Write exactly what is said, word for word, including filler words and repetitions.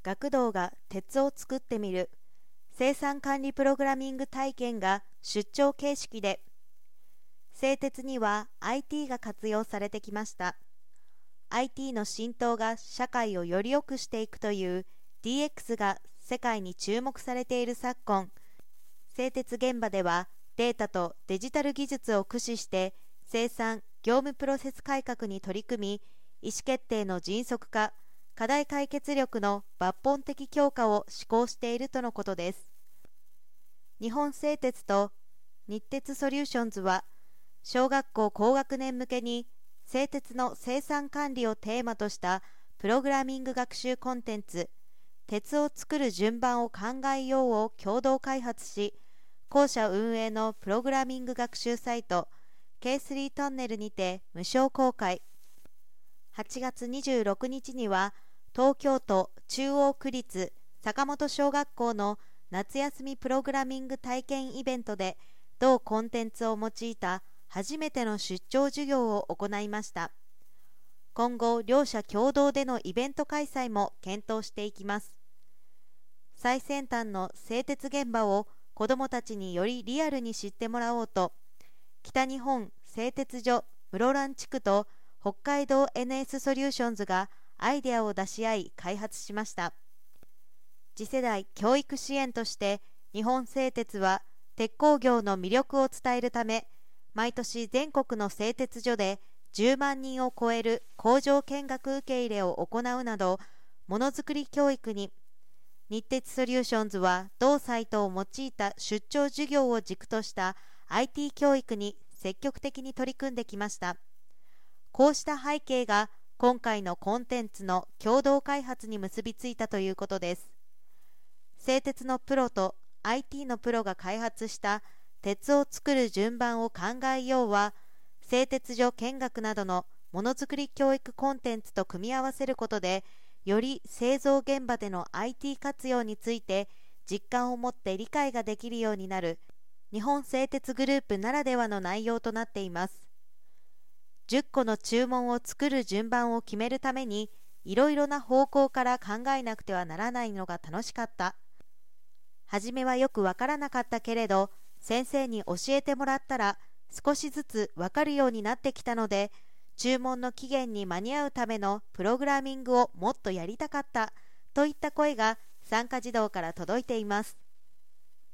学童が鉄を作ってみる生産管理プログラミング体験が出張形式で。製鉄には アイティー が活用されてきました。 アイティー の浸透が社会をより良くしていくという ディーエックス が世界に注目されている昨今、製鉄現場ではデータとデジタル技術を駆使して生産・業務プロセス改革に取り組み、意思決定の迅速化、課題解決力の抜本的強化を施行しているとのことです。日本製鉄と日鉄ソリューションズは小学校高学年向けに製鉄の生産管理をテーマとしたプログラミング学習コンテンツ、鉄を作る順番を考えようを共同開発し、校舎運営のプログラミング学習サイト ケースリー トンネルにて無償公開。はちがつにじゅうろくにちには東京都中央区立坂本小学校の夏休みプログラミング体験イベントで同コンテンツを用いた初めての出張授業を行いました。今後両者共同でのイベント開催も検討していきます。最先端の製鉄現場を子どもたちによりリアルに知ってもらおうと、北日本製鉄所室蘭地区と北海道 エヌエス ソリューションズがアイデアを出し合い開発しました。次世代教育支援として日本製鉄は鉄鋼業の魅力を伝えるため、毎年全国の製鉄所でじゅうまんにんを超える工場見学受け入れを行うなど、ものづくり教育に、日鉄ソリューションズは同サイトを用いた出張授業を軸とした アイティー 教育に積極的に取り組んできました。こうした背景が今回のコンテンツの共同開発に結びついたということです。製鉄のプロと アイティー のプロが開発した鉄を作る順番を考えようは、製鉄所見学などのものづくり教育コンテンツと組み合わせることで、より製造現場での アイティー 活用について実感を持って理解ができるようになる日本製鉄グループならではの内容となっています。じゅっこの注文を作る順番を決めるために、いろいろな方向から考えなくてはならないのが楽しかった。はじめはよくわからなかったけれど、先生に教えてもらったら少しずつわかるようになってきたので、注文の期限に間に合うためのプログラミングをもっとやりたかったといった声が参加児童から届いています。